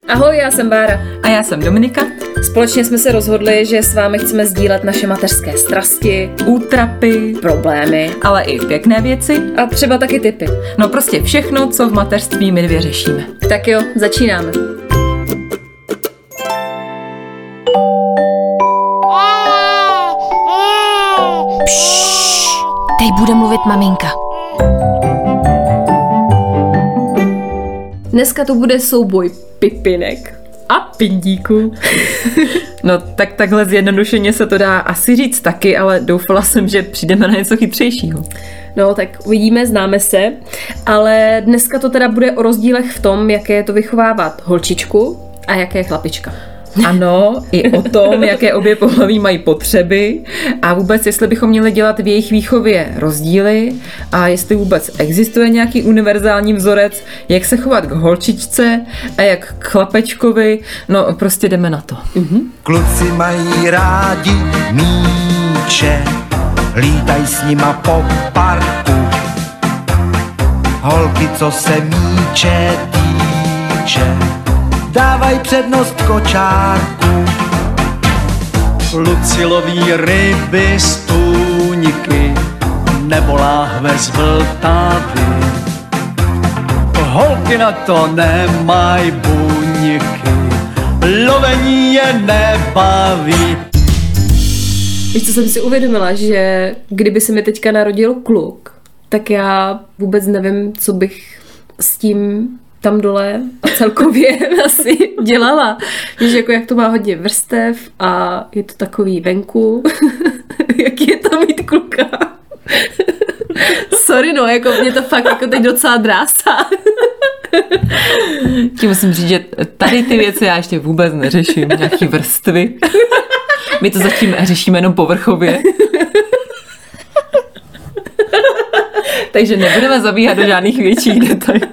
Ahoj, já jsem Bára. A já jsem Dominika. Společně jsme se rozhodli, že s vámi chceme sdílet naše mateřské strasti, útrapy, problémy, ale i pěkné věci. A třeba taky tipy. No prostě všechno, co v mateřství my dvě řešíme. Tak jo, začínáme. Teď bude mluvit maminka. Dneska to bude souboj pipinek a pindíků. No tak takhle zjednodušeně se to dá asi říct taky, ale doufala jsem, že přijdeme na něco chytřejšího. No tak uvidíme, známe se, ale dneska to teda bude o rozdílech v tom, jaké je to vychovávat holčičku a jaké je chlapička. Ano, i o tom, jaké obě pohlaví mají potřeby a vůbec, jestli bychom měli dělat v jejich výchově rozdíly a jestli vůbec existuje nějaký univerzální vzorec, jak se chovat k holčičce a jak k chlapečkovi, no prostě jdeme na to. Kluci mají rádi míče, lítaj s nima po parku. Holky, co se míče týče, dávaj přednost kočárku. Kluci loví ryby z tůňky nebo láhve z Vltavy. Holky na to nemaj buňky, lovení je nebaví. Víš, co jsem si uvědomila, že kdyby se mi teďka narodil kluk, tak já vůbec nevím, co bych s tím tam dole a celkově asi dělala. Víš, jako jak to má hodně vrstev a je to takový venku. Jaký je to mít kluka? Sorry, no, jako mě to fakt jako teď docela drásá. Tím musím říct, že tady ty věci já ještě vůbec neřeším, nějaký vrstvy. My to zatím řešíme jenom povrchově. Takže nebudeme zabíhat do žádných větších detailů.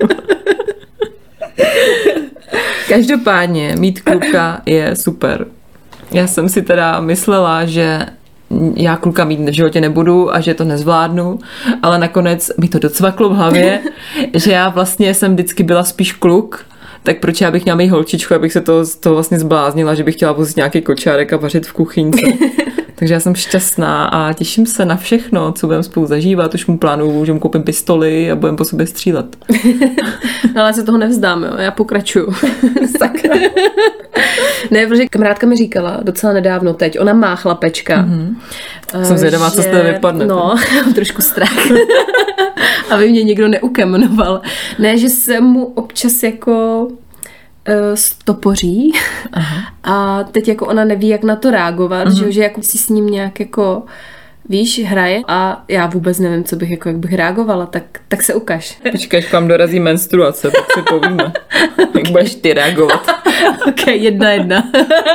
Každopádně mít kluka je super. Já jsem si teda myslela, že já kluka mít v životě nebudu a že to nezvládnu, ale nakonec mi to docvaklo v hlavě, že já vlastně jsem vždycky byla spíš kluk, tak proč já bych měla mít holčičku, abych se to vlastně zbláznila, že bych chtěla vozit nějaký kočárek a vařit v kuchyňce. Takže já jsem šťastná a těším se na všechno, co budeme spolu zažívat. Už mu plánuju, že mu koupím pistoli a budeme po sobě střílet. No, ale se toho nevzdám, jo. Já pokračuju. Sakra. Ne, protože kamarádka mi říkala docela nedávno teď, ona má chlapečka. Jsem zvědavá, co z toho vypadne. No, mám trošku strach. Aby mě někdo neukemenoval. Ne, že se mu občas jako stopoří. Aha. A teď jako ona neví, jak na to reagovat, že jako si s ním nějak jako víš, hraje a já vůbec nevím, co bych jako, jak bych reagovala, tak se ukaž. Počkej, až k vám dorazí menstruace, tak si povíme. Jak budeš ty reagovat. Ok, 1:1.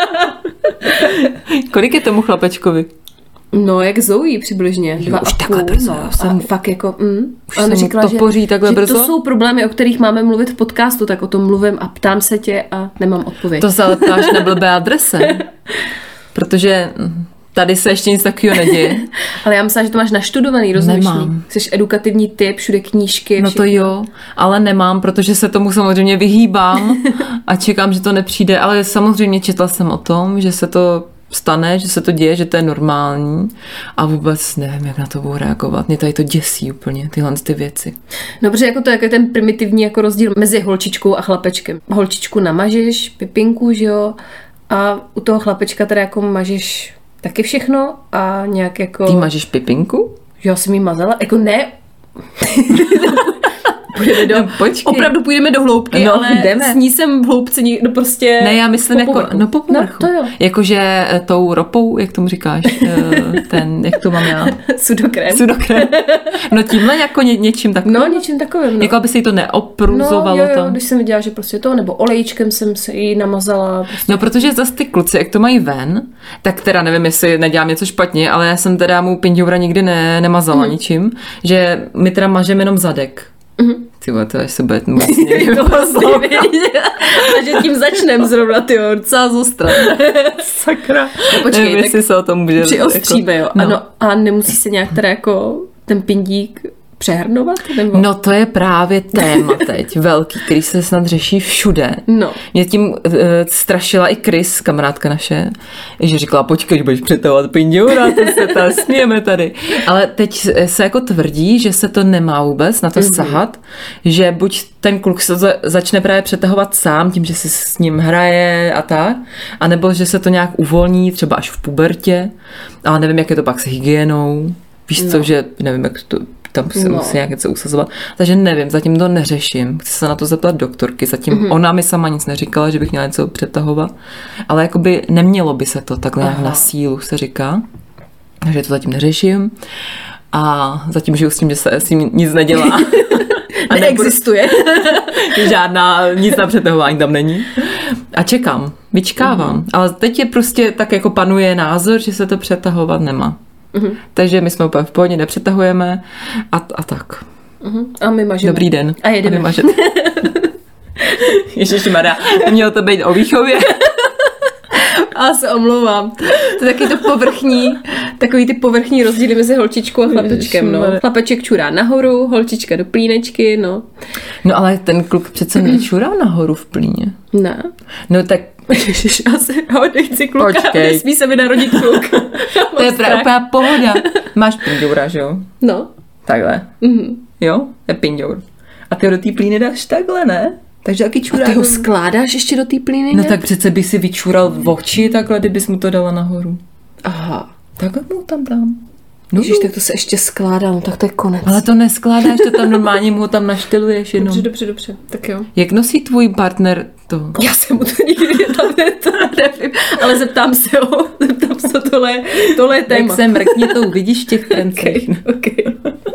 Kolik je tomu chlapečkovi? No, jak Zoe přibližně. 2,5. Už takhle brzo. A fakt jako... Už ale říkala, to poří takhle brzo? To jsou problémy, o kterých máme mluvit v podcastu, tak o tom mluvím a ptám se tě a nemám odpověď. To se ale ptáš na blbé adrese. Protože tady se ještě nic takového neděje. Ale já myslím, že to máš naštudovaný, rozumíš? Nemám. Jsi edukativní typ, všude knížky. No to jo, ale nemám, protože se tomu samozřejmě vyhýbám a čekám, že to nepřijde, ale samozřejmě četla jsem o tom, že se to stane, že se to děje, že to je normální a vůbec nevím, jak na to budu reagovat. Mě tady to děsí úplně, tyhle ty věci. No, protože jako to je ten primitivní jako rozdíl mezi holčičkou a chlapečkem. Holčičku namažeš, pipinku, že jo, a u toho chlapečka teda jako mažeš taky všechno a nějak jako... Ty mažeš pipinku? Já jsem jí mazala, jako ne... Opravdu půjdeme do hloubky, no, ale jdeme. S ní jsem v hloubce někdo prostě... Ne, já myslím po povrchu. No, to jo. Jakože tou ropou, jak tomu říkáš, jak to mám já? Sudokrém. No tímhle jako něčím takovým. No, něčím takovým. No. Jako aby se jí to neopruzovalo. No, jo, když jsem viděla, že prostě to, nebo olejčkem jsem se jí namazala. Prostě. No, protože zase ty kluci, jak to mají ven, tak teda nevím, jestli nedělám něco špatně, ale já jsem teda mu pindoura nikdy nemazala ničím, že my teda mažeme jenom zadek. Ty vole, to až se bude vlastně a že tím začneme zrovna, tyjo, docela zostra. Sakra. No, počkej, nevím, tak se o tom může přiostříme, jo. No. Ano, a nemusí se nějak teda jako ten pindík přehrnovat? Nebo? No to je právě téma teď, velký, který se snad řeší všude. No. Mě tím strašila i Chris, kamarádka naše, že říkala, počkej, budeš přetahovat pinďoura, to se tady smějeme tady. Ale teď se jako tvrdí, že se to nemá vůbec na to sahat, že buď ten kluk se začne právě přetahovat sám tím, že si s ním hraje a tak, anebo že se to nějak uvolní, třeba až v pubertě, ale nevím, jak je to pak s hygienou. Víš co, že nevím, jak to tam se musí nějak něco usazovat. Takže nevím, zatím to neřeším. Chci se na to zeptat doktorky. Zatím ona mi sama nic neříkala, že bych měla něco přetahovat. Ale jakoby nemělo by se to takhle na sílu, se říká. Takže to zatím neřeším. A zatím žiju s tím, že se s tím nic nedělá. A neexistuje. Žádná, nic na přetahování tam není. A čekám, vyčkávám. Ale teď je prostě tak jako panuje názor, že se to přetahovat nemá. Takže my jsme úplně v pohodě, nepřetahujeme a tak. A my mažeme. Dobrý den. A jedeme. Ježišmarja, mělo to být o výchově. A se omlouvám. To je takový ty povrchní rozdíly mezi holčičkou a chlapečkem. No. Chlapeček čurá nahoru, holčička do plínečky, no. No ale ten kluk přece nečurá nahoru v plíně. Ne. No tak Ježiš, asi nechci kluka. Počkej. Nesmí se mi narodit kluk. to je úplná pohoda. Máš pinďoura, že jo? No. Takhle. Jo? Je pinďour. A ty ho do té plíny dáš takhle, ne? Takže taky čurá. A ty ho skládáš ještě do té plíny? No tak přece by si vyčural v oči takhle, kdybys mu to dala nahoru. Aha. Takhle mu tam dám. No, Ježiš, tak to se ještě skládá, no tak to je konec. ale to neskládáš, to tam normálně mu ho tam naštyluješ jenom. Dobře, tak jo. Jak nosí tvůj partner to? Já jsem mu to nikdy nevím, ale zeptám se tohle je téma. Jak se mrkně to uvidíš v těch trencích. Okay.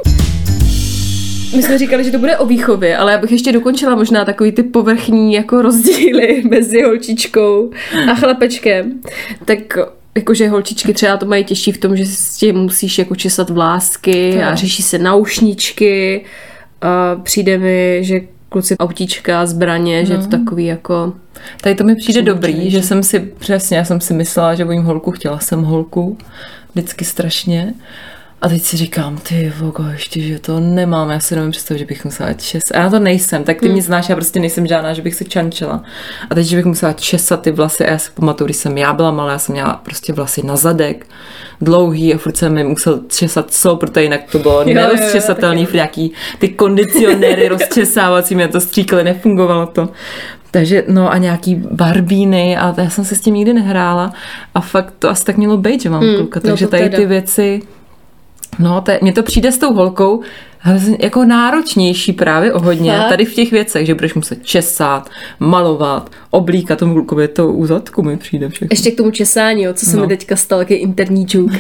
My jsme říkali, že to bude o výchově, ale já bych ještě dokončila možná takový ty povrchní jako rozdíly mezi holčičkou a chlapečkem. Tak jakože holčičky třeba to mají těžší v tom, že s tím musíš jako česat vlásky a řeší se naušničky. A přijde mi, že kluci autíčka, zbraně, že je to takový jako... Tady to mi přijde dobrý, že jsem si myslela, že budím holku, chtěla jsem holku, vždycky strašně. A teď si říkám, ty vogo, ještě, že to nemám, já si nevím představit, že bych musela česat. A já to nejsem, tak ty mě znáš, já prostě nejsem žádná, že bych se čančela. A teď, že bych musela česat ty vlasy, a já si pamatuju, když jsem já byla malá, já jsem měla prostě vlasy na zadek, dlouhý a furt jsem mi musel česat protože jinak to bylo nerozčesatelný, nějaký ty kondicionéry rozčesávací, mě to stříkly, nefungovalo to. Takže no a nějaký barbíny a já jsem se s tím nikdy nehrála a fakt to asi tak mělo být, že mám kluka, takže tady ty věci... No, mně to přijde s tou holkou jako náročnější právě o hodně tady v těch věcech, že budeš muset česat, malovat, oblíkat tomu klukovi to u zadku mi přijde všechno. Ještě k tomu česání, co se mi teďka stal, jaký interní joke.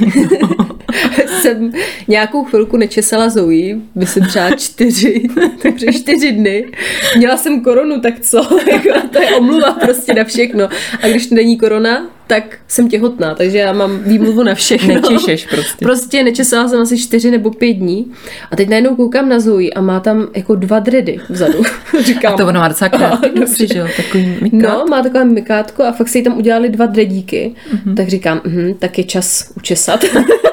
Jsem nějakou chvilku nečesala Zoe, myslím třeba 4 dny. Měla jsem koronu, tak co? To je omluva prostě na všechno. A když není korona, tak jsem těhotná, takže já mám výmluvu na všechno. Nečešeš prostě. Prostě nečesala jsem asi 4 nebo 5 dní. A teď najednou koukám na Zoe a má tam jako 2 dready vzadu. Říkám, a to ono má docela krátký nosy, že jo? Takový mikátko. No, má takové mikátko a fakt si jí tam udělali 2 dredíky. Tak říkám, tak je čas učesat.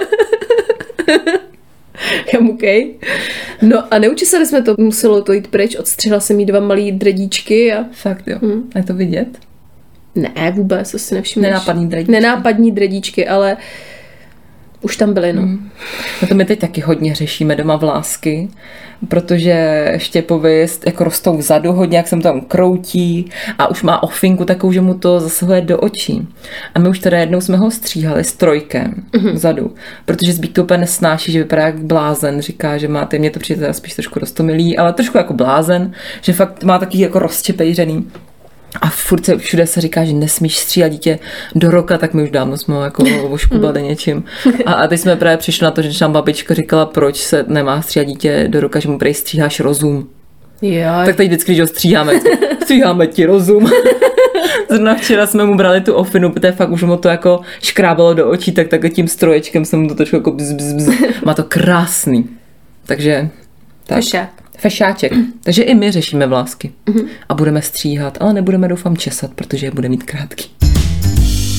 Okay. No a neučesali jsme to, muselo to jít pryč, odstřihla jsem jí 2 malý dredíčky a... Fakt jo, a je to vidět? Ne, vůbec, to si nevšimneš. Nenápadní dredíčky, ale už tam byly, no. No to my teď taky hodně řešíme doma vlásky, protože Štěpovi jako rostou vzadu hodně, jak se mu tam kroutí a už má ofinku takovou, že mu to zasahuje do očí. A my už teda jednou jsme ho stříhali s trojkem vzadu, protože Zbík to úplně nesnáší, že vypadá jak blázen, říká, že máte, mně to přijde teda spíš trošku roztomilý, ale trošku jako blázen, že fakt má takový jako rozčepejřený. A furt všude se říká, že nesmíš stříhat dítě do roka, tak my už dávno jsme ho jako oškubali něčím. A teď jsme právě přišli na to, že nám babička říkala, proč se nemá stříhat dítě do roka, že mu prej stříháš rozum. Jaj. Tak teď vždycky, když ho stříháme ti rozum. Zrovna včera jsme mu brali tu ofinu, protože fakt už mu to jako škrábalo do očí, tak takhle tím stroječkem jsem mu to trošku jako bzz. Má to krásný. Takže... Tak. Fešáček. Takže i my řešíme vlásky. A budeme stříhat, ale nebudeme doufám česat, protože je bude mít krátký.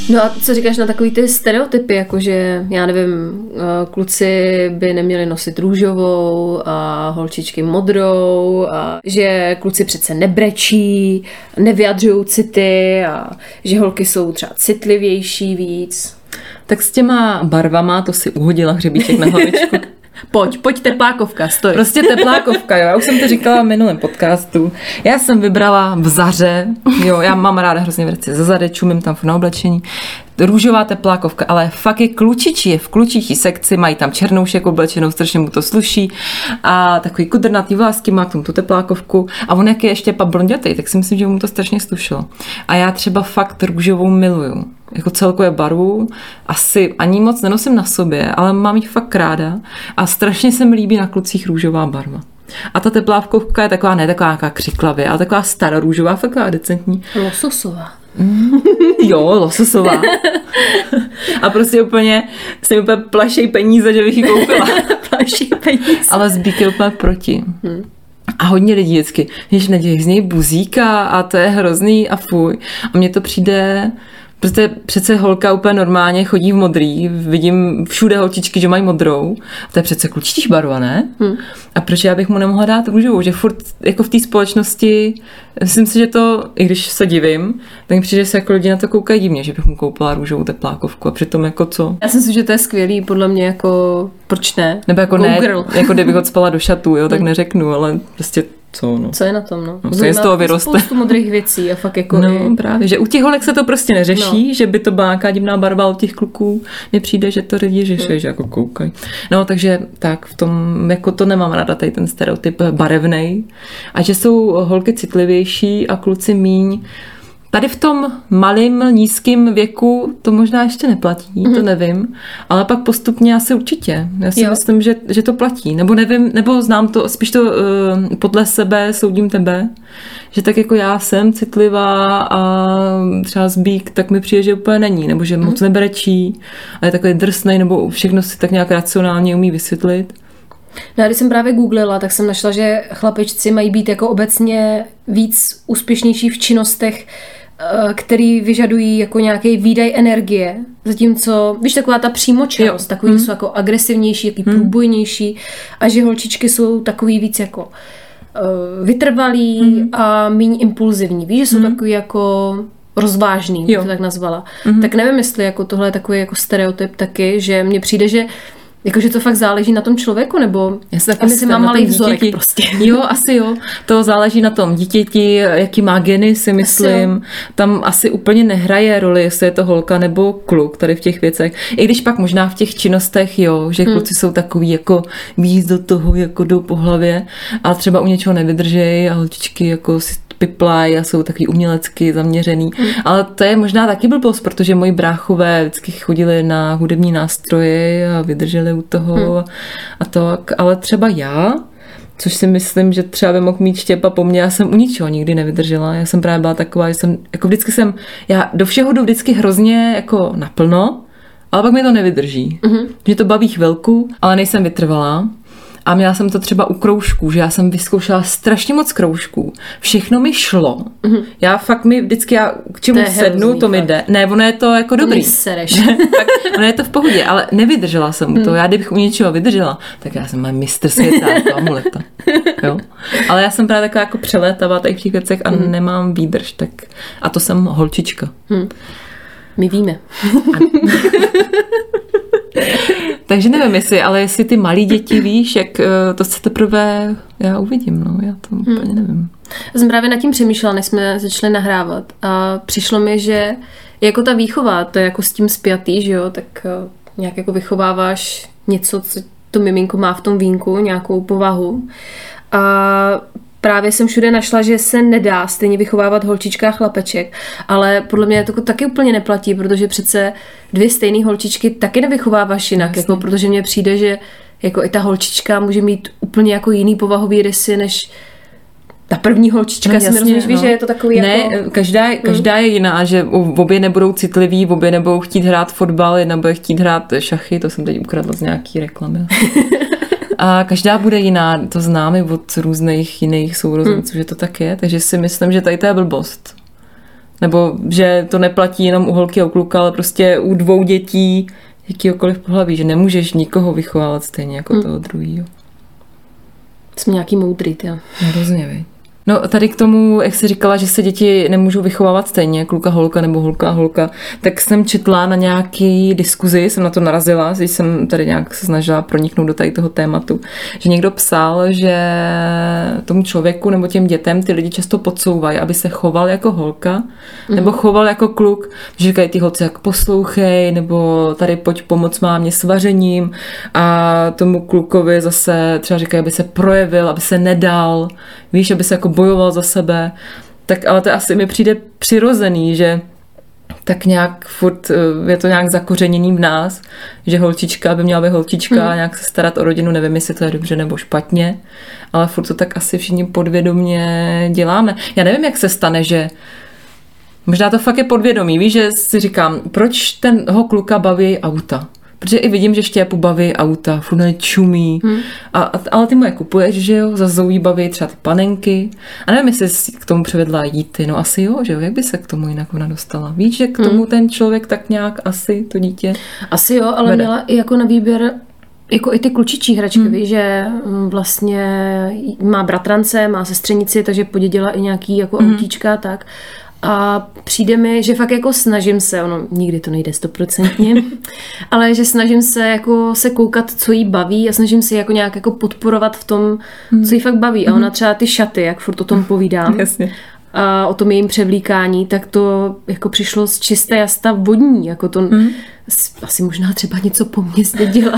No a co říkáš na takový ty stereotypy, jakože, já nevím, kluci by neměli nosit růžovou a holčičky modrou a že kluci přece nebrečí, nevyjadřují city a že holky jsou třeba citlivější víc. Tak s těma barvama to si uhodila hřebíček na hlavičku. Pojď teplákovka, stoj. Prostě teplákovka, jo. Já už jsem to říkala v minulém podcastu. Já jsem vybrala v Zaře, jo, já mám ráda hrozně věci ze Zary, čumím tam na oblečení. Růžová teplákovka, ale fakt je klučičí, je v klučičí sekci, mají tam černoušek oblečenou, strašně mu to sluší a takový kudrnatý vlásky, má k tomu tu teplákovku a on jak je ještě blondětej, tak si myslím, že mu to strašně slušilo. A já třeba fakt růžovou miluju. Jako celkově barvu, asi ani moc nenosím na sobě, ale mám ji fakt ráda a strašně se mi líbí na klucích růžová barva. A ta teplávkovka je taková, ne taková nějaká křiklavě, ale taková starorůžová, fakt taková decentní. Lososová. Jo, lososová. A prostě úplně se mi úplně plašej peníze, že bych ji koupila. Plašej peníze. Ale zbík je úplně proti. A hodně lidí vždycky, když nedějí z něj buzíka a to je hrozný a fuj. A mně to přijde... Protože přece holka úplně normálně chodí v modrý, vidím všude holčičky, že mají modrou, to je přece klučičí barva, ne? A proč já bych mu nemohla dát růžovou, že furt jako v té společnosti, myslím si, že to, i když se divím, tak mi přijde, že se jako lidi na to koukají divně, že bych mu koupila růžovou teplákovku a přitom jako co? Já si myslím, že to je skvělý, podle mě jako, proč ne? Nebo jako Go ne, girl. jako kdybych odspala do šatů, jo, tak neřeknu, ale prostě co, no. Co je na tom, no? Co je z toho vyroste. Spoustu modrých věcí a fakt jako no, právě, že u těch holek se to prostě neřeší, že by to byla nějaká divná barva, u těch kluků mi přijde, že to lidi řeší, že jako koukají. No, takže tak v tom, jako to nemám ráda, tady ten stereotyp barevnej a že jsou holky citlivější a kluci míň. Tady v tom malým, nízkým věku to možná ještě neplatí, to nevím, ale pak postupně asi určitě. Já si myslím, že to platí. Nebo nevím, nebo znám to, spíš to podle sebe soudím tebe, že tak jako já jsem citlivá a třeba zbík, tak mi přijde, že úplně není, nebo že moc nebrečí a je takový drsnej, nebo všechno si tak nějak racionálně umí vysvětlit. No a když jsem právě googlila, tak jsem našla, že chlapečci mají být jako obecně víc úspěšnější v činnostech, který vyžadují jako nějaký výdaj energie, zatímco, víš, taková ta přímočarost, takový jsou jako agresivnější, takový průbojnější a že holčičky jsou takový víc jako vytrvalý a méně impulzivní, víš, že jsou takový jako rozvážný, bych to tak nazvala. Tak nevím, jestli jako tohle je takový jako stereotyp taky, že mně přijde, že jakože to fakt záleží na tom člověku, nebo asi mám malý vzorek prostě. Jo, asi jo. To záleží na tom dítěti, jaký má geny, si myslím. Tam asi úplně nehraje roli, jestli je to holka nebo kluk tady v těch věcech. I když pak možná v těch činnostech, jo, že kluci jsou takový jako víc do toho, jako jdou po hlavě, ale třeba u něčeho nevydržejí a holčičky jako si piplaj a jsou takový umělecky zaměřený. Ale to je možná taky blbost, protože moji bráchové vždycky chodili na hudební nástroje a vydrželi u toho a to. Ale třeba já, což si myslím, že třeba by mohl mít Štěpa po mně, já jsem u ničeho nikdy nevydržela. Já jsem právě byla taková, že jsem, jako vždycky já do všeho jdu vždycky hrozně jako naplno, ale pak mi to nevydrží. Mě to baví chvilku, ale nejsem vytrvalá. A měla jsem to třeba u kroužků, že já jsem vyzkoušela strašně moc kroužků. Všechno mi šlo. Já fakt k čemu sednu, to mi jde. Ne, ono je to jako dobrý. Ono je to v pohodě, ale nevydržela jsem u toho. Já kdybych u něčeho vydržela, tak já jsem mistr světa, jako amuleta. Jo? Ale já jsem právě taková jako přelétavá tady v těch věcech a nemám výdrž. Tak. A to jsem holčička. My víme. Takže nevím, jestli ty malí děti víš, jak to se teprve já uvidím, no, já to úplně nevím. Já jsem právě nad tím přemýšlela, než jsme začali nahrávat a přišlo mi, že jako ta výchova, to je jako s tím spjatý, že jo, tak nějak jako vychováváš něco, co to miminko má v tom vínku, nějakou povahu a právě jsem všude našla, že se nedá stejně vychovávat holčička a chlapeček, ale podle mě to taky úplně neplatí, protože přece dvě stejné holčičky taky nevychováváš jinak, jako, protože mně přijde, že jako i ta holčička může mít úplně jako jiný povahový rysy, než ta první holčička, si rozumíš, víš, že je to takový ne, jako... každá je jiná, že obě nebudou citliví, obě nebudou chtít hrát fotbal, jedna bude chtít hrát šachy, to jsem teď ukradla z nějaký reklamy. A každá bude jiná, to známe od různých jiných sourozenců, že to tak je, takže si myslím, že tady to je blbost. Nebo že to neplatí jenom u holky a u kluka, ale prostě u 2 dětí jakýhokoliv pohlaví, že nemůžeš nikoho vychovávat stejně jako toho druhýho. Jsme nějaký moudrý, jo. Hrozně, viď. No tady k tomu, jak jsi říkala, že se děti nemůžou vychovávat stejně, kluka, holka nebo holka, holka, tak jsem četla na nějaký diskuzi, jsem na to narazila, když jsem tady nějak se snažila proniknout do tady toho tématu, že někdo psal, že tomu člověku nebo těm dětem ty lidi často podsouvají, aby se choval jako holka nebo choval jako kluk, že říkají ty holci jak poslouchej, nebo tady pojď pomoct mámě s vařením a tomu klukovi zase třeba říkají, aby se projevil, aby se nedal, víš, aby se jako bojoval za sebe, tak ale to asi mi přijde přirozený, že tak nějak furt je to nějak zakořeněný v nás, že holčička by měla být holčička a nějak se starat o rodinu, nevím, jestli to je dobře nebo špatně, ale furt to tak asi všichni podvědomě děláme. Já nevím, jak se stane, že možná to fakt je podvědomí, víš, že si říkám, proč tenho kluka baví auta? Protože i vidím, že Štěpu baví auta, furt čumí, ale ty mu je kupuješ, že jo, za Zoe baví třeba ty panenky. A nevím, jestli jsi k tomu přivedla jíty, no asi jo, že jo, jak by se k tomu jinak ona dostala? Víš, že k tomu ten člověk tak nějak asi, to dítě asi jo, ale vede. Měla i jako na výběr jako i ty klučičí hračky, víš, že vlastně má bratrance, má sestřenici, takže podědila i nějaký jako autíčka, tak. A přijde mi, že fakt jako snažím se, ono nikdy to nejde 100%, ale že snažím se jako se koukat, co jí baví a snažím se jako nějak jako podporovat v tom, co jí fakt baví. A ona třeba ty šaty, jak furt o tom povídám, Jasně. a o tom jejím převlíkání, tak to jako přišlo z čisté jasta vodní, jako to asi možná třeba něco po mně zdědila.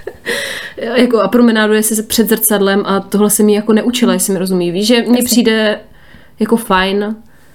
Jako a promenáduje se před zrcadlem a tohle se mi jako neučila, jestli mi rozumí. Víš, že mně přijde jako fajn,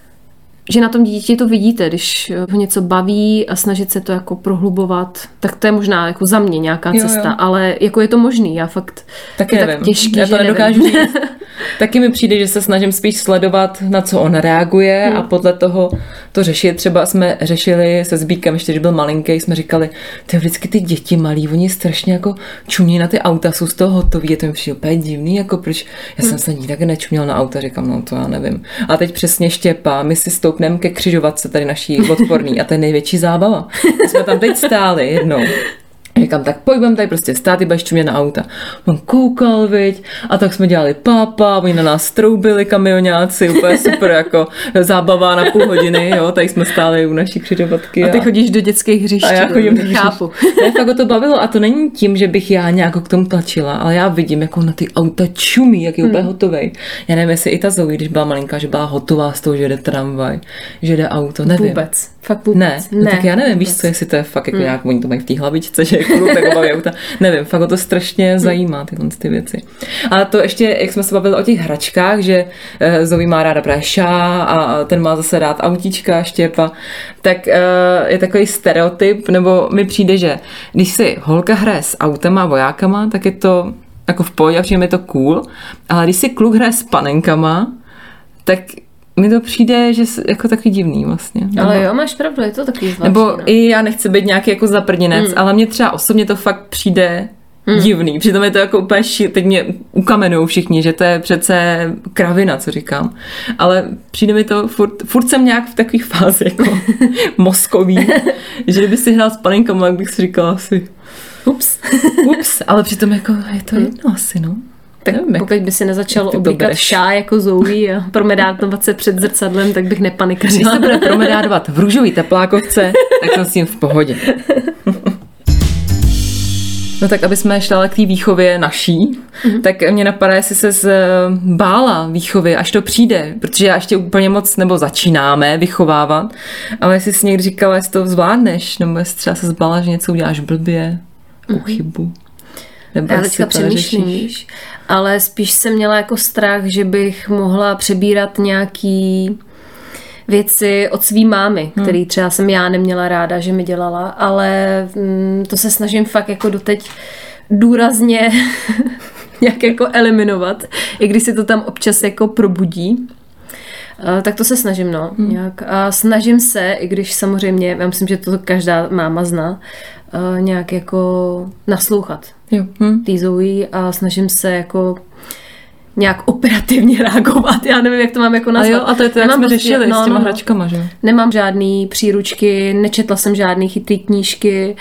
že na tom dítěti to vidíte, když ho něco baví a snažit se to jako prohlubovat, tak to je možná jako za mě nějaká cesta, ale jako je to možný, já fakt taky je nevím. tak těžký, já to že nedokážu říct. Taky mi přijde, že se snažím spíš sledovat, na co on reaguje a podle toho to řešit. Třeba jsme řešili se Zbíkem, ještě když byl malinký, jsme říkali, ty vždycky ty děti malí, oni strašně jako čumí na ty auta, jsou z toho hotoví, je to mi přijde úplně divný, jako proč, já jsem se nikdy nečuměl na auta, říkám, no to já nevím. A teď přesně Štěpa, my si stoupneme ke křižovatce tady naší odporný a to je největší zábava. My jsme tam teď stáli jednou. Říkám, tak pojď, budeme tady prostě stát, ty budeš čumět na auta. On koukal, viď, a tak jsme dělali pápa, oni na nás troubili kamionáci, úplně super, jako zábava na půl hodiny, jo, tady jsme stáli u naší křižovatky. A ty chodíš do dětských hřišť. A já chodím do chápu. Ne, fakt o to bavilo a to není tím, že bych já nějak k tomu tlačila, ale já vidím, jako na ty auta čumí, jak je úplně hotovej. Já nevím, jestli i ta Zoe, když byla malinká, že byla hotová z toho, že jde tramvaj, že jde auto, nevím. Vůbec. Fakt vůbec. Ne, no tak já nevím, víš co, jestli to je fakt jako nějak, oni to mají v té hlavičce, že jako tak baví auta. Nevím, fakt o to strašně zajímá tyhle ty věci. A to ještě, jak jsme se bavili o těch hračkách, že Zoe má ráda právě šá a ten má zase rád autíčka, Štěpa, tak je takový stereotyp, nebo mi přijde, že když si holka hraje s autama a vojákama, tak je to jako v pohodě a přijde mi to cool, ale když si kluk hraje s panenkama, tak mi to přijde, že jako taky divný vlastně. Ale jo, máš pravdu, je to taky zvláštní. Nebo i já nechci být nějaký jako zaprdinec, ale mně třeba osobně to fakt přijde divný. Přitom je to jako úplně teď mě ukamenujou všichni, že to je přece kravina, co říkám. Ale přijde mi to, furt jsem nějak v takové fázi jako mozkový, že kdyby si hrál s panenkama, tak bych si říkala asi ups, ale přitom jako je to jedno asi, no. Tak nevím, pokud by si nezačal oblíkat šá jako Zoe a promedádovat se před zrcadlem, tak bych nepanikařila. Když se bude promedádovat v růžový teplákovce, tak to s tím v pohodě. No tak, aby jsme šli k té výchově naší, tak mě napadá, jestli se bála výchovy, až to přijde, protože já ještě úplně moc, nebo začínáme vychovávat, ale jestli jsi někdy říkala, jestli to zvládneš, nebo jestli třeba se zbála, že něco uděláš blbě, chybu. Já teďka přemýšlím, víš, ale spíš jsem měla jako strach, že bych mohla přebírat nějaký věci od svý mámy, který třeba jsem já neměla ráda, že mi dělala, ale to se snažím fakt jako doteď důrazně nějak jako eliminovat, i když si to tam občas jako probudí. Tak to se snažím, no. Nějak. A snažím se, i když samozřejmě, já myslím, že to každá máma zná, nějak jako naslouchat. Tý Zoe a snažím se jako nějak operativně reagovat. Já nevím, jak to mám jako nazvat. A jo, a to je to, jak jsme řešili s těma hračkama, že? Nemám žádný příručky, nečetla jsem žádný chytrý knížky,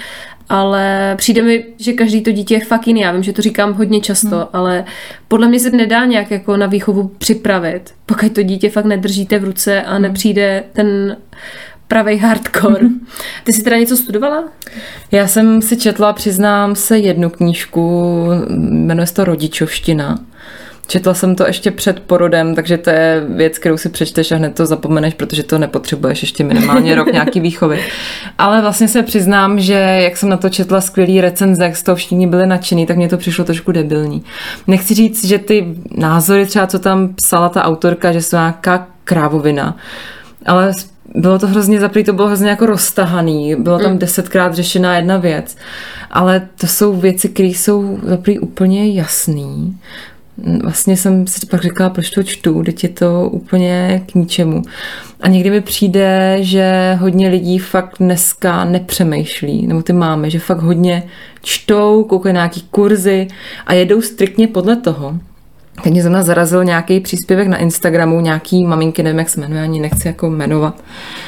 ale přijde mi, že každý to dítě je fakt jiný. Já vím, že to říkám hodně často, ale podle mě se nedá nějak jako na výchovu připravit, pokud to dítě fakt nedržíte v ruce a nepřijde ten pravej hardcore. Ty jsi teda něco studovala? Já jsem si četla, přiznám se, jednu knížku, jmenuje se to Rodičovština. Četla jsem to ještě před porodem, takže to je věc, kterou si přečteš a hned to zapomeneš, protože to nepotřebuješ ještě minimálně rok nějaký výchovy. Ale vlastně se přiznám, že jak jsem na to četla skvělý recenze, jak z toho všichni byli nadšený, tak mně to přišlo trošku debilní. Nechci říct, že ty názory třeba, co tam psala ta autorka, že jsou nějaká krávovina, ale bylo to hrozně to bylo hrozně jako roztahaný, bylo tam 10krát řešená jedna věc, ale to jsou věci, které jsou zaprý úplně jasný. Vlastně jsem si pak říkala, proč to čtu, teď je to úplně k ničemu. A někdy mi přijde, že hodně lidí fakt dneska nepřemýšlí, nebo ty máme, že fakt hodně čtou, koukají na nějaký kurzy a jedou striktně podle toho. Teď mě zrovna zarazil nějaký příspěvek na Instagramu, nějaký maminky, nevím, jak se jmenuje, ani nechci jako jmenovat,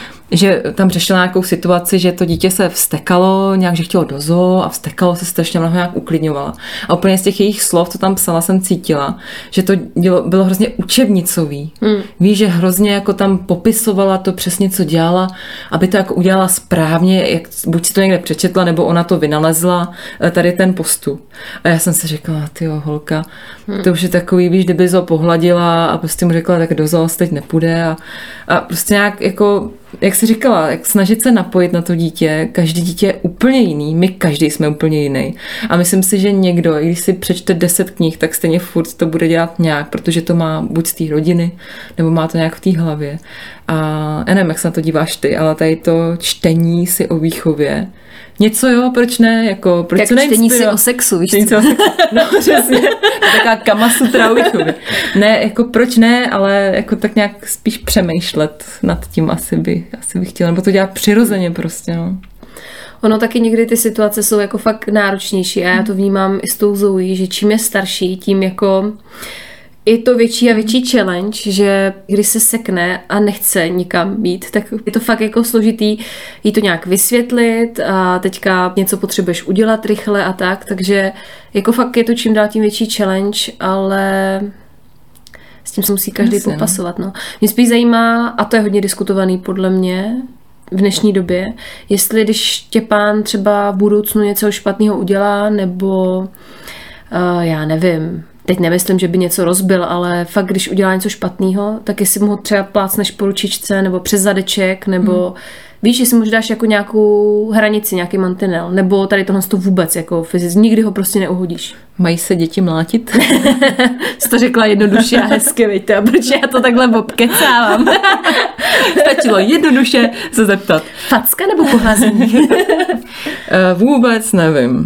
že tam řešila nějakou situaci, že to dítě se vztekalo, nějak, že chtělo do zoo a vztekalo se strašně mnoho, nějak uklidňovala. A úplně z těch jejich slov, co tam psala, jsem cítila, že to bylo hrozně učebnicový. Víš, že hrozně jako tam popisovala to přesně, co dělala, aby to jako udělala správně, jak, buď si to někde přečetla, nebo ona to vynalezla, tady ten postup. A já jsem si říkala, tyjo, holka, to už je takový, víš, kdyby zoo pohladila a prostě mu řekla, tak do zoo teď nepůjde a prostě nějak jako, jak jsi říkala, jak snažit se napojit na to dítě, každý dítě je úplně jiný, my každý jsme úplně jiný. A myslím si, že někdo, když si přečte 10 knih, tak stejně furt to bude dělat nějak, protože to má buď z té rodiny, nebo má to nějak v té hlavě. A já nevím, jak se na to díváš ty, ale tady to čtení si o výchově, něco jo, proč ne? Jako, proč jak se čtení si o sexu, víš co? No přesně, taková kamasutra o výchově. Ne, jako proč ne, ale jako tak nějak spíš přemýšlet nad tím asi bych chtěla, nebo to dělat přirozeně prostě, no. Ono taky někdy ty situace jsou jako fakt náročnější a já to vnímám i s tou Zoe, že čím je starší, tím jako je to větší a větší challenge, že když se sekne a nechce nikam jít, tak je to fakt jako složitý jí to nějak vysvětlit a teďka něco potřebuješ udělat rychle a tak, takže jako fakt je to čím dál tím větší challenge, ale s tím se musí každý popasovat. No. Mě spíš zajímá, a to je hodně diskutovaný podle mě v dnešní době, jestli když tě pán třeba v budoucnu něco špatného udělá, nebo já nevím, teď nemyslím, že by něco rozbil, ale fakt, když udělá něco špatného, tak jestli mu ho třeba plácneš po ručičce nebo přes zadeček, nebo víš, jestli mu dáš jako nějakou hranici, nějaký mantinel, nebo tady tohle to vůbec jako fyzicky, nikdy ho prostě neuhodíš. Mají se děti mlátit? Jsi to řekla jednoduše a hezky, víte, a proč já to takhle obkecávám? Stačilo jednoduše se zeptat. Facka nebo pohlazení? Vůbec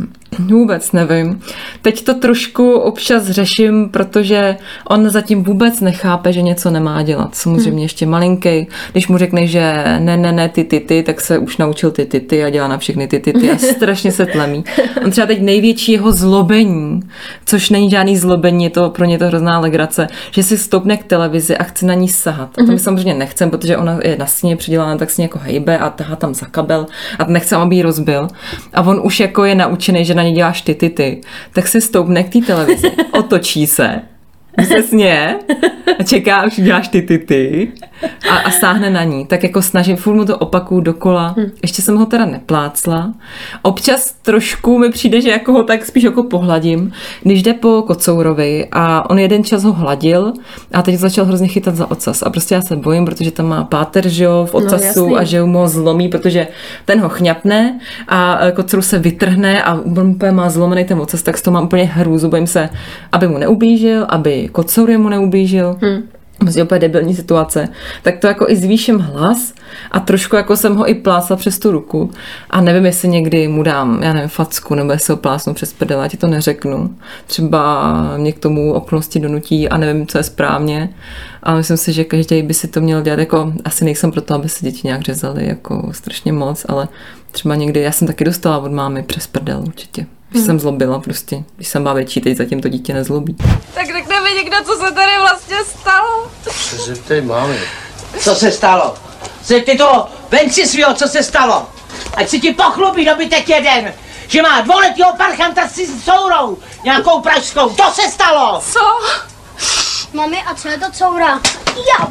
nevím. Teď to trošku občas řeším, protože on zatím vůbec nechápe, že něco nemá dělat. Samozřejmě ještě malinký. Když mu řekne, že ne, ty, tak se už naučil ty a dělá na všechny ty a strašně se tlemí. On třeba teď největší jeho zlobení, což není žádný zlobení, je to pro ně to hrozná legrace, že si stoupne k televizi a chce na ní sahat. A to my samozřejmě nechcem, protože ona je na stěně přidělána, tak si jako hejbe a tahá tam za kabel a nechcem, aby ji rozbil. A on už jako je naučený, že na ně děláš ty, tak se stoupne k té televizi, otočí se, směje a čeká, až děláš ty a sáhne na ní. Tak jako snažím, furt mu to opakuju dokola. Ještě jsem ho teda neplácla. Občas trošku mi přijde, že jako ho tak spíš jako pohladím, když jde po kocourovi a on jeden čas ho hladil a teď začal hrozně chytat za ocas. A prostě já se bojím, protože tam má páter, že jo, v ocasu a že mu ho zlomí, protože ten ho chňapne a kocour se vytrhne a on úplně má zlomený ten ocas, tak z toho mám úplně hrůzu. Bojím se, aby mu neublížil, aby kocour mu neublížil. Prostě úplně debilní situace, tak to jako i zvýším hlas a trošku jako jsem ho i plásla přes tu ruku a nevím, jestli někdy mu dám, já nevím, facku, nebo jestli ho plásnu přes prdel, já ti to neřeknu. Třeba mě k tomu okolnosti donutí a nevím, co je správně, ale myslím si, že každý by si to měl dělat, jako asi nejsem pro to, aby se děti nějak řezaly jako strašně moc, ale třeba někdy, já jsem taky dostala od mámy přes prdel určitě. Když jsem zlobila prostě, když jsem byla větší, teď zatím to dítě nezlobí. Tak řekneme mi někdo, co se tady vlastně stalo. Se zeptej mámy. Co se stalo? Zeptej to, ven si svýho, co se stalo. Ať si ti pochlubí dobytek jeden, že má dvouletýho parchanta s courou, nějakou pražskou. To se stalo! Co? Mami, a co je to coura? Já.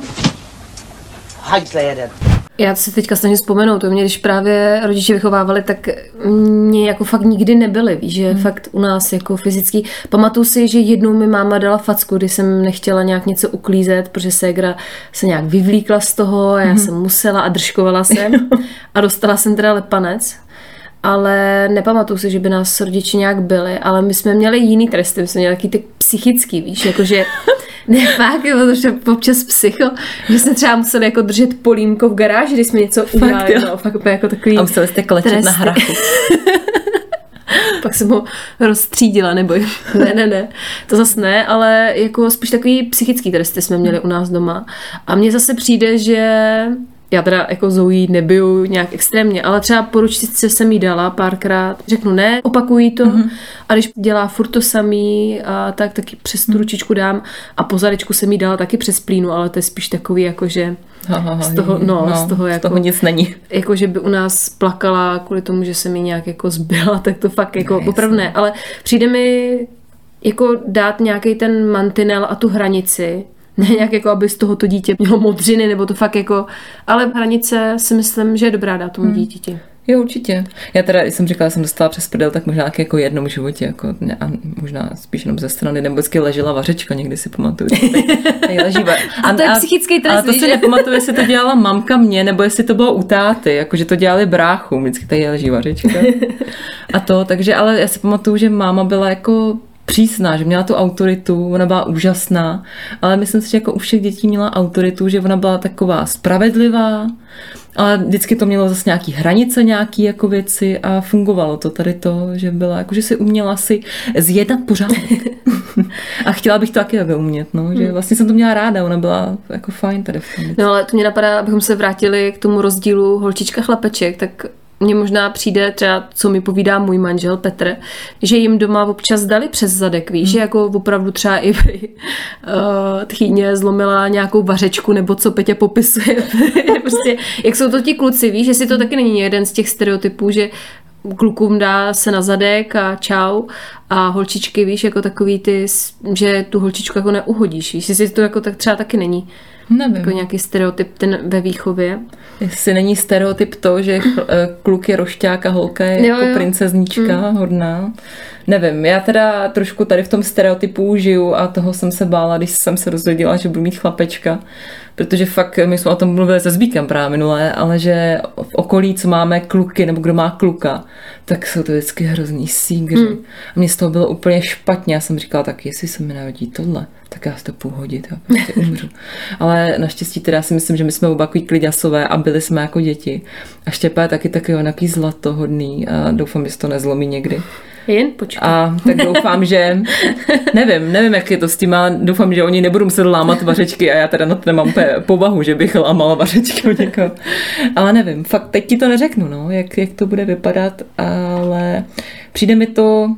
Hajtle jeden. Já si teďka snažím vzpomenout, to mě, když právě rodiče vychovávali, tak mě jako fakt nikdy nebyli, víš, že fakt u nás jako fyzický. Pamatuju si, že jednou mi máma dala facku, když jsem nechtěla nějak něco uklízet, protože ségra se nějak vyvlíkla z toho a já jsem musela a držkovala jsem a dostala jsem teda lepanec. Ale nepamatuju si, že by nás rodiče nějak byli, ale my jsme měli jiný tresty, my jsme měli taky ty psychický, víš, jakože ne fakt, protože občas psycho, že jsme třeba museli jako držet polínko v garáži, když jsme něco udělali, no, fakt jako takový. A museli jste klečet tresty na hrachu. Pak jsem ho rozstřídila, neboj. Ne, to zase ne, ale jako spíš takový psychický tresty jsme měli u nás doma. A mně zase přijde, že já teda jako Zoe nebiju nějak extrémně, ale třeba po ručičce jsem jí dala párkrát. Řeknu ne, opakují to a když dělá furt to samý, a tak taky přes tu ručičku dám a po zadečku jsem jí dala taky přes plínu, ale to je spíš takový jako, že z toho jako, nic není. Jako, že by u nás plakala kvůli tomu, že jsem jí nějak jako zbyla, tak to fakt jako opravdu ne, ale přijde mi jako dát nějaký ten mantinel a tu hranici. Ne nějak jako, aby z tohoto dítě mělo modřiny, nebo to fakt jako, ale hranice si myslím, že je dobrá dát tomu dítěti. Jo, určitě. Já teda, když jsem říkala, že jsem dostala přes prdel, tak možná jako jednou v životě, jako, ne, a možná spíš jenom ze strany, nebo vždycky ležela vařečka, někdy si pamatuju. Tady leží a to je psychický trest. Ale to si nepamatuju, jestli to dělala mamka mě, nebo jestli to bylo u táty, jakože to dělali bráchu, vždycky tady leží vařečka. A to, takže, ale já si pamatuju, že máma byla jako přísná, že měla tu autoritu, ona byla úžasná, ale myslím si, že jako u všech dětí měla autoritu, že ona byla taková spravedlivá, ale vždycky to mělo zase nějaký hranice, nějaký jako věci a fungovalo to tady to, že byla, jako že si uměla si zjednat pořádek. A chtěla bych to taky takhle umět, no, že vlastně jsem to měla ráda, ona byla jako fajn tady v tom. No ale to mě napadá, abychom se vrátili k tomu rozdílu holčička chlapeček, tak mně možná přijde třeba, co mi povídá můj manžel Petr, že jim doma občas dali přes zadek, víš, že jako opravdu třeba i tchýně zlomila nějakou vařečku, nebo co Peťa popisuje. Prostě, jak jsou to ti kluci, víš, jestli to taky není jeden z těch stereotypů, že klukům dá se na zadek a čau a holčičky, víš, jako takový ty, že tu holčičku jako neuhodíš, víš, jestli to jako tak třeba taky není. Nevím. Jako nějaký stereotyp ten ve výchově. Jestli není stereotyp to, že kluk je rošťák a holka je jako princeznička hodná. Nevím, já teda trošku tady v tom stereotypu žiju a toho jsem se bála, když jsem se dozvěděla, že budu mít chlapečka. Protože fakt, my jsme o tom mluvili se Zbíkem právě minulé, ale že v okolí, co máme kluky, nebo kdo má kluka, tak jsou to vždycky hrozný sígři. A mně z toho bylo úplně špatně. Já jsem říkala, tak jestli se mi narodí tohle, tak já si to půjdu hodit a prostě umřu. Ale naštěstí teda si myslím, že my jsme oba takový kliďasové a byli jsme jako děti. A Štěpa je taky nějaký zlatohodný a doufám, že se to nezlomí někdy. Jen počkej. A tak doufám, že nevím, jak je to s tím, a doufám, že oni nebudou muset lámat vařečky a já teda na to nemám povahu, že bych lámala vařečky od někoho. Ale nevím, fakt teď ti to neřeknu, no, jak to bude vypadat, ale přijde mi to,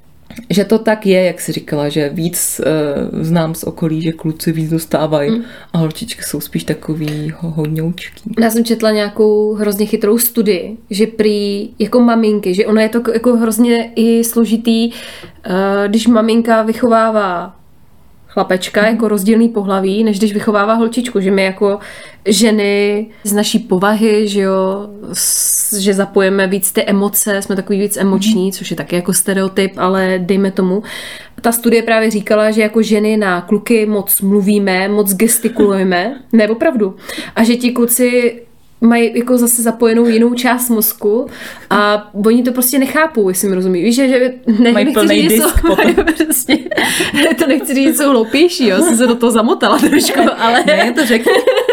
že to tak je, jak jsi říkala, že víc znám z okolí, že kluci víc dostávají a holčičky jsou spíš takový hodňoučký. Já jsem četla nějakou hrozně chytrou studii, že prý jako maminky, že ono je to jako hrozně i složitý, když maminka vychovává chlapečka jako rozdílný pohlaví, než když vychovává holčičku, že my jako ženy z naší povahy, že jo, že zapojeme víc ty emoce, jsme takový víc emoční, což je taky jako stereotyp, ale dejme tomu. Ta studie právě říkala, že jako ženy na kluky moc mluvíme, moc gestikulujeme, ne opravdu. A že ti kluci mají jako zase zapojenou jinou část mozku a oni to prostě nechápou, jestli mi rozumí. Víš, že mají plný disk potom. Prostě, to nechci říct něco hloupějšího, jsem se do toho zamotala trošku, ale ne, to řekni.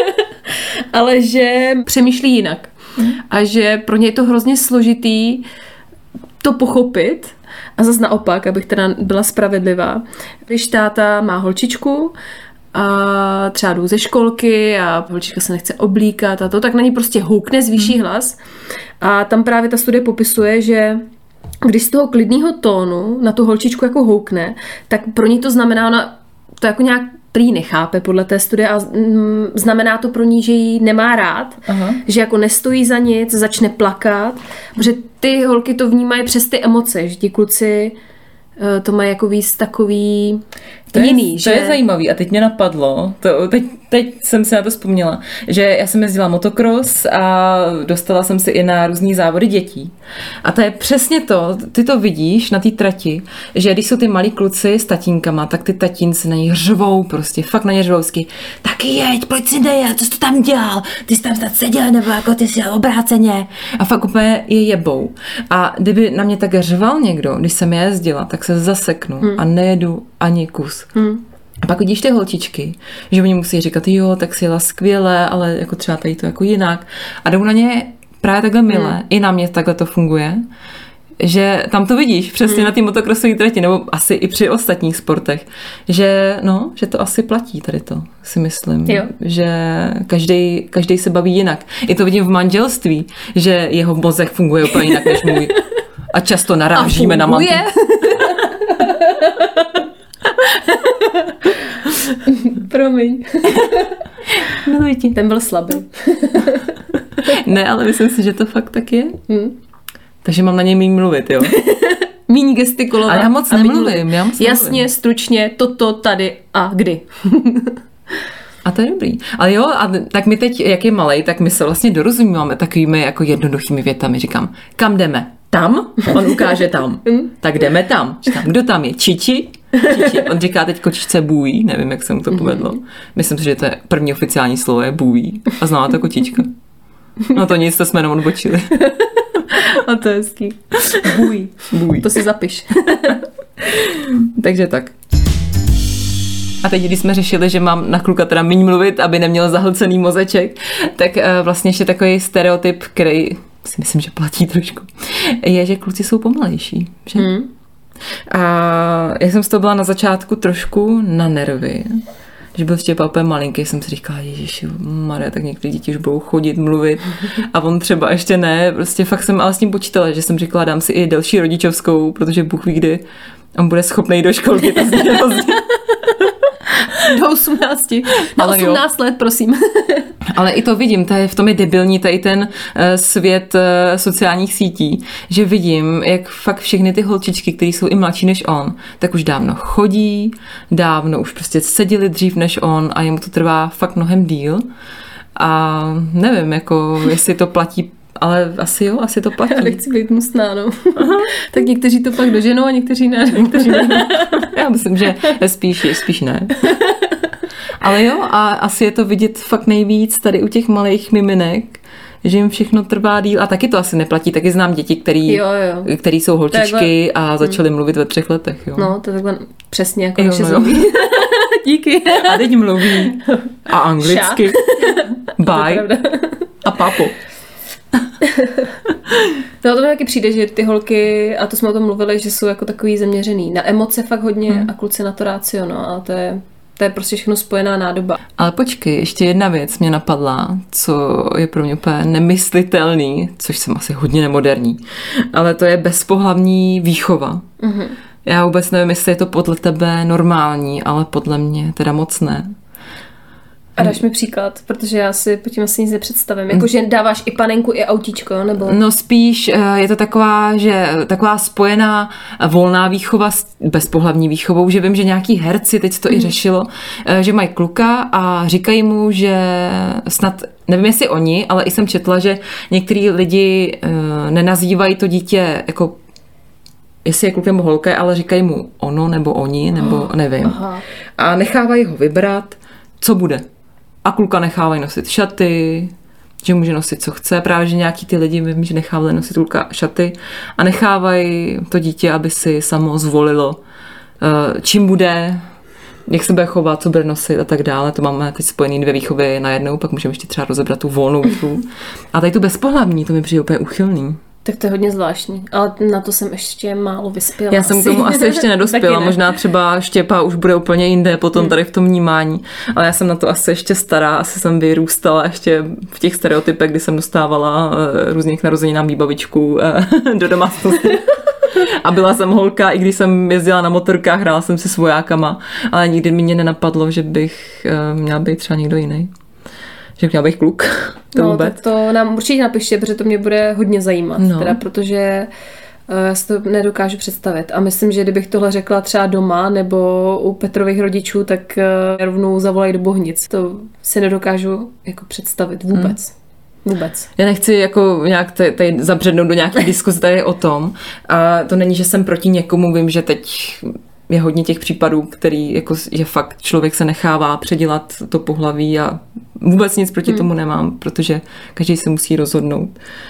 Ale že přemýšlí jinak. A že pro ně je to hrozně složitý to pochopit. A zase naopak, abych teda byla spravedlivá. Když táta má holčičku a třeba jdu ze školky a holčička se nechce oblíkat a to, tak na ní prostě houkne, zvýší hlas. A tam právě ta studie popisuje, že když z toho klidného tónu na tu holčičku jako houkne, tak pro ní to znamená, ona to jako nějak prý nechápe podle té studie a znamená to pro ní, že ji nemá rád, že jako nestojí za nic, začne plakat, protože ty holky to vnímají přes ty emoce, že ti kluci to mají jako víc takový jiný. To je zajímavý a teď mě napadlo, teď jsem si na to vzpomněla, že já jsem jezdila motocross a dostala jsem si i na různý závody dětí. A to je přesně to, ty to vidíš na té trati, že když jsou ty malí kluci s tatínkama, tak ty tatínci na nich řvou prostě, fakt na ně řvou vždycky, taky jeď, pojď si dejet, co jsi to tam dělal, ty jsi tam snad seděl, nebo jako ty jsi dělal obráceně. A fakt úplně je jebou. A kdyby na mě tak řval někdo, když jsem jezdila, tak se zaseknu a nejedu ani kus. A pak vidíš ty holčičky, že oni musí říkat, jo, tak si jela skvěle, ale jako třeba tady to jako jinak. A jdou na ně právě takhle milé, i na mě takhle to funguje, že tam to vidíš přesně na té motokrosové trati, nebo asi i při ostatních sportech, že to asi platí tady to, si myslím. Jo. Že každý se baví jinak. I to vidím v manželství, že jeho mozek funguje úplně jinak než můj. A často narážíme na mantu. Promiň. Miluji ti. Ten byl slabý. Ne, ale myslím si, že to fakt tak je. Takže mám na něj méně mluvit, jo? Míň gestikulovat. Ale já moc nemluvím. Jasně, stručně, toto, tady a kdy. A to je dobrý. Ale jo, a tak my teď, jak je malej, tak my se vlastně dorozumíváme takovými jako jednoduchými větami. Říkám, kam jdeme? Tam? On ukáže tam. Tak jdeme tam. Říkám, kdo tam je? Čiči? On říká teď kočičce bůjí, nevím, jak se mu to povedlo. Myslím si, že to je první oficiální slovo, je bůjí. A znala to kočička. No to nic, to jsme jenom odbočili. A to je hezký. Bůjí. To si zapiš. Takže tak. A teď, když jsme řešili, že mám na kluka teda méně mluvit, aby neměl zahlcený mozeček, tak vlastně ještě takový stereotyp, který si myslím, že platí trošku, je, že kluci jsou pomalejší. Že? A já jsem z toho byla na začátku trošku na nervy, že byl Štěpa úplně malinký, jsem si říkala, ježiši Maria, tak některé děti už budou chodit, mluvit a on třeba ještě ne, prostě fakt jsem ale s tím počítala, že jsem říkala, dám si i delší rodičovskou, protože Bůh ví, kdy on bude schopný do školky, to zní hrozně. Do 18. Na 18 let, prosím. Ale i to vidím, v tom je debilní tady ten svět sociálních sítí, že vidím, jak fakt všechny ty holčičky, které jsou i mladší než on, tak už dávno chodí, dávno už prostě seděli dřív než on a jemu to trvá fakt mnohem díl. A nevím, jako jestli to platí, ale asi jo, asi to platí. Já nechci být hnusná, no. Tak někteří to pak doženou a někteří ne. Já myslím, že spíš ne. Ale jo, a asi je to vidět fakt nejvíc tady u těch malých miminek, že jim všechno trvá díl. A taky to asi neplatí. Taky znám děti, který jsou holčičky a začaly mluvit ve 3 letech. Jo. No, to je takhle přesně jako naše zombie. Díky. A teď mluví. A anglicky. Bye. A papo. To taky přijde, že ty holky, a to jsme o tom mluvili, že jsou jako takový zaměřený na emoce fakt hodně a kluci na to rácio, no a to je prostě všechno spojená nádoba. Ale počkej, ještě jedna věc mě napadla, co je pro mě úplně nemyslitelný, což jsem asi hodně nemoderní, ale to je bezpohlavní výchova. Já vůbec nevím, jestli je to podle tebe normální, ale podle mě teda moc ne. A dáš mi příklad, protože já si po tím asi nic nepředstavím. Jakože dáváš i panenku, i autíčko, nebo? No spíš je to taková spojená volná výchova s bezpohlavní výchovou, že vím, že nějaký herci, teď to i řešilo, že mají kluka a říkají mu, že snad, nevím jestli oni, ale i jsem četla, že některý lidi nenazývají to dítě jako jestli je kluk nebo holka, ale říkají mu ono nebo oni, nebo nevím. Aha. A nechávají ho vybrat, co bude. A kluka nechávají nosit šaty, že může nosit, co chce. Právě, že nějaký ty lidi vím, že nechávají nosit kluka šaty a nechávají to dítě, aby si samo zvolilo, čím bude, jak se bude chovat, co bude nosit a tak dále. To máme teď spojený 2 výchovy najednou, pak můžeme ještě třeba rozebrat tu volnou výchovu. A tady tu bezpohlavní, to mi přijde úplně úchylný. Tak to je hodně zvláštní, ale na to jsem ještě málo vyspěla. Já jsem k tomu asi ještě nedospěla, možná třeba Štěpa už bude úplně jinde potom tady v tom vnímání, ale já jsem na to asi ještě stará, asi jsem vyrůstala ještě v těch stereotypech, kdy jsem dostávala různých narozeninám výbavičků do domácnosti. A byla jsem holka, i když jsem jezdila na motorkách, hrála jsem si s vojákama, ale nikdy mi nenapadlo, že bych měla být třeba někdo jiný. Že měla bych kluk. To nám určitě napište, protože to mě bude hodně zajímat. Teda, protože já si to nedokážu představit. A myslím, že kdybych tohle řekla třeba doma nebo u Petrových rodičů, tak rovnou zavolají do Bohnic. To si nedokážu jako představit vůbec. Vůbec. Já nechci jako nějak tady zabřednout do nějaké diskuze tady o tom. A to není, že jsem proti někomu, vím, že teď je hodně těch případů, který jako je fakt, člověk se nechává předělat to pohlaví a vůbec nic proti tomu nemám, protože každý se musí rozhodnout.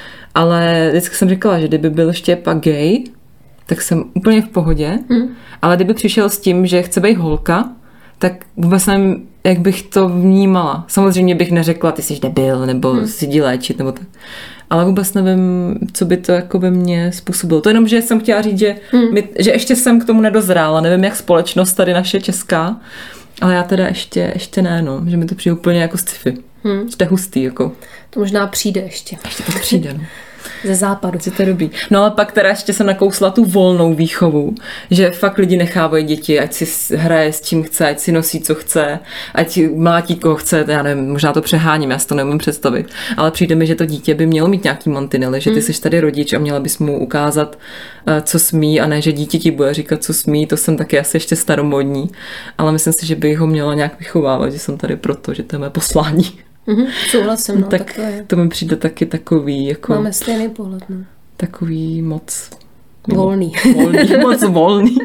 Ale vždycky jsem říkala, že kdyby byl Štěpa gay, tak jsem úplně v pohodě, ale kdyby přišel s tím, že chce být holka, tak vůbec nevím, jak bych to vnímala. Samozřejmě bych neřekla, ty jsi debil, nebo si jdi léčit, nebo tak. Ale vůbec nevím, co by to jako ve mně způsobilo. To jenom, že jsem chtěla říct, že ještě jsem k tomu nedozrála. Nevím, jak společnost tady naše česká, ale já teda ještě ne, no. Že mi to přijde úplně jako sci-fi. To je hustý, jako. To možná přijde ještě. Ještě to přijde, no. Ze západu. Co to dobí. No ale pak teda ještě jsem nakousla tu volnou výchovu, že fakt lidi nechávají děti, ať si hraje s čím chce, ať si nosí, co chce, ať mlátí, koho chce, já nevím, možná to přeháním, já si to neumím představit, ale přijde mi, že to dítě by mělo mít nějaký mantinely, že ty jsi tady rodič a měla bys mu ukázat, co smí, a ne, že dítě ti bude říkat, co smí, to jsem taky asi ještě staromodní, ale myslím si, že bych ho měla nějak vychovávat, že jsem tady proto, že to je mé poslání. Souhlasím, no, tak to mi přijde taky takový, jako... Máme stejný pohled, no. Takový moc... Volný. Moc volný.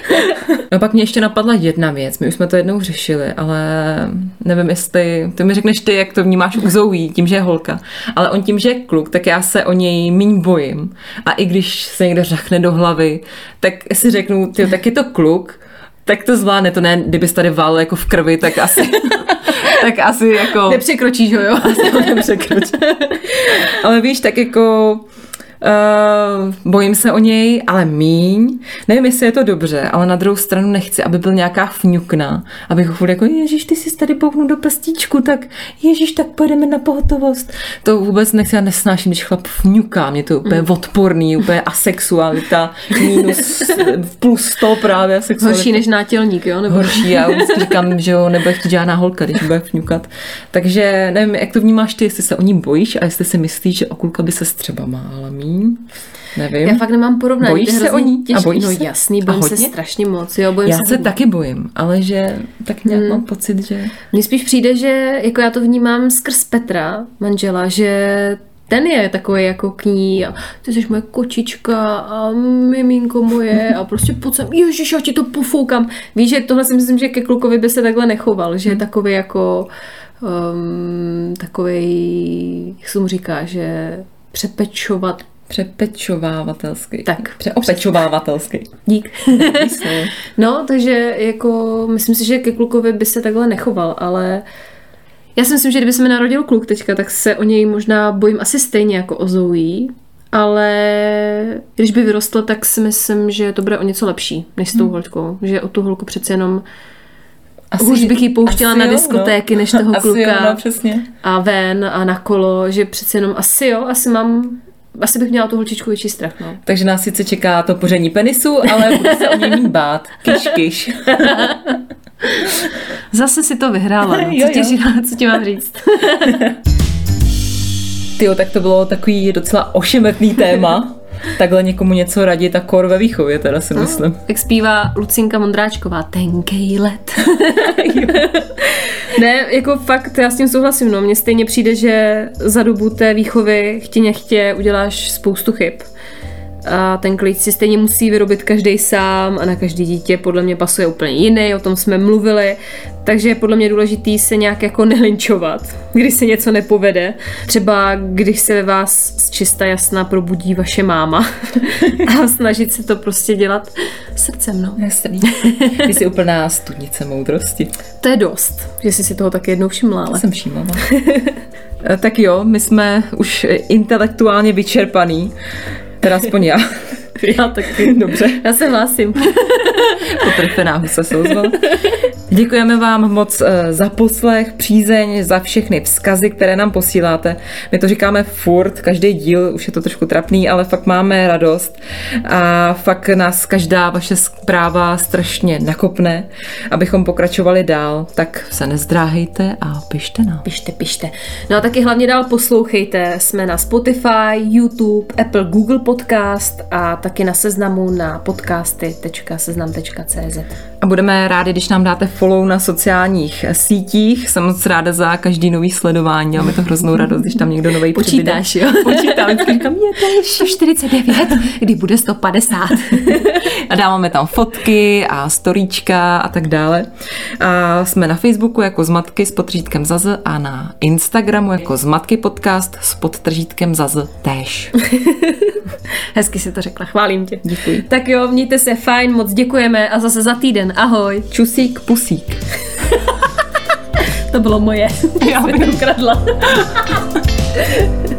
No pak mě ještě napadla jedna věc, my už jsme to jednou řešili, ale nevím, jestli... Ty mi řekneš ty, jak to vnímáš u Zoe, tím, že je holka. Ale on tím, že je kluk, tak já se o něj míň bojím. A i když se někdo řachne do hlavy, tak si řeknu, ty, tak je to kluk, tak to zvládne, to ne, kdybys tady válil jako v krvi, tak asi... tak asi jako... Nepřekročíš ho, jo? Asi ho nepřekročíš. Ale víš, tak jako... bojím se o něj, ale míň. Nevím, jestli je to dobře, ale na druhou stranu nechci, aby byl nějaká fňukna, abych ho furt jako, ježiš, ty jsi tady pouknul do prstíčku, tak ježiš, tak pojedeme na pohotovost. To vůbec nechci, já nesnáším, když chlap fňuká, mě to je úplně odporný, úplně asexualita, minus plus 100 právě asexualita. Horší než nátělník, jo? Nebo... Horší, já vždycky říkám, že jo, nebude chtít žádná holka, když bude fňukat. Takže nevím, jak to vnímáš ty, jestli se o ní bojíš a jestli si myslíš, že Okulka by se třeba mála míň. Nevím. Já fakt nemám porovnání. Bojíš se o ní? Těžký. A bojíš no se? Jasný, bojím se strašně moc. Jo, bojím já se taky bojím, ale že tak nějak mám pocit, že... Mně spíš přijde, že jako já to vnímám skrz Petra, manžela, že ten je takový jako k ní a ty jsi moje kočička a miminko moje a prostě pojď sem, ježiš, já ti to pofoukám. Víš, že tohle si myslím, že ke klukovi by se takhle nechoval, že je takový jako takovej, jak se mu říká, že Přepečovávatelský. Tak. Přeopečovávatelský. Dík. No, takže jako myslím si, že ke klukovi by se takhle nechoval, ale já si myslím, že kdyby se mi narodil kluk teďka, tak se o něj možná bojím asi stejně jako o Zoe, ale když by vyrostl, tak si myslím, že to bude o něco lepší než s tou holkou, že o tu holku přece jenom už bych ji pouštěla na diskotéky, než toho kluka. No, přesně. A ven a na kolo, že přece jenom asi bych měla tu holčičku větší strach. No. Takže nás sice čeká to poření penisu, ale bude se o něj mít bát. Kyš. Zase si to vyhrála. No. Co ti mám říct? Tyjo, tak to bylo takový docela ošemetný téma. Takhle někomu něco radit a kor ve výchově, teda si myslím. Jak zpívá Lucinka Mondráčková, tenkej let. Ne, jako fakt, já s tím souhlasím, no. Mně stejně přijde, že za dobu té výchovy chtě nechtě uděláš spoustu chyb. A ten klíč si stejně musí vyrobit každý sám a na každý dítě podle mě pasuje úplně jiný, o tom jsme mluvili, takže je podle mě důležitý se nějak jako nelinčovat, když se něco nepovede. Třeba když se ve vás z čista jasna probudí vaše máma a snažit se to prostě dělat srdcem, no. Jasný. Ty jsi úplná studnice moudrosti. To je dost, že jsi si toho taky jednou všimla, ale... To jsem všímala. Tak jo, my jsme už intelektuálně vyčerpaný. Teda aspoň já. Já taky. Dobře. Já se hlásím. Potrefená husa se ozvala. Děkujeme vám moc za poslech, přízeň, za všechny vzkazy, které nám posíláte. My to říkáme furt, každý díl, už je to trošku trapný, ale fakt máme radost a fakt nás každá vaše zpráva strašně nakopne, abychom pokračovali dál. Tak se nezdráhejte a pište nám. Pište. No a taky hlavně dál poslouchejte. Jsme na Spotify, YouTube, Apple, Google Podcast a taky na Seznamu na podcasty.seznam.cz. A budeme rádi, když nám dáte follow na sociálních sítích. Jsem moc ráda za každý nový sledování. Dělá mi to hroznou radost, když tam někdo nový přibude. Počítáš, jo? Počítám, vždycky říkám, je to je 149, kdy bude 150. A dáváme tam fotky a storíčka a tak dále. A jsme na Facebooku jako Zmatky s podtržítkem ZAZ a na Instagramu jako Zmatky podcast s podtržítkem ZAZ též. Hezky si to řekla, chválím tě. Děkuji. Tak jo, mějte se fajn, moc děkujeme a zase za týden. Ahoj. Čusík, pusík. To bylo moje. Já bych ukradla.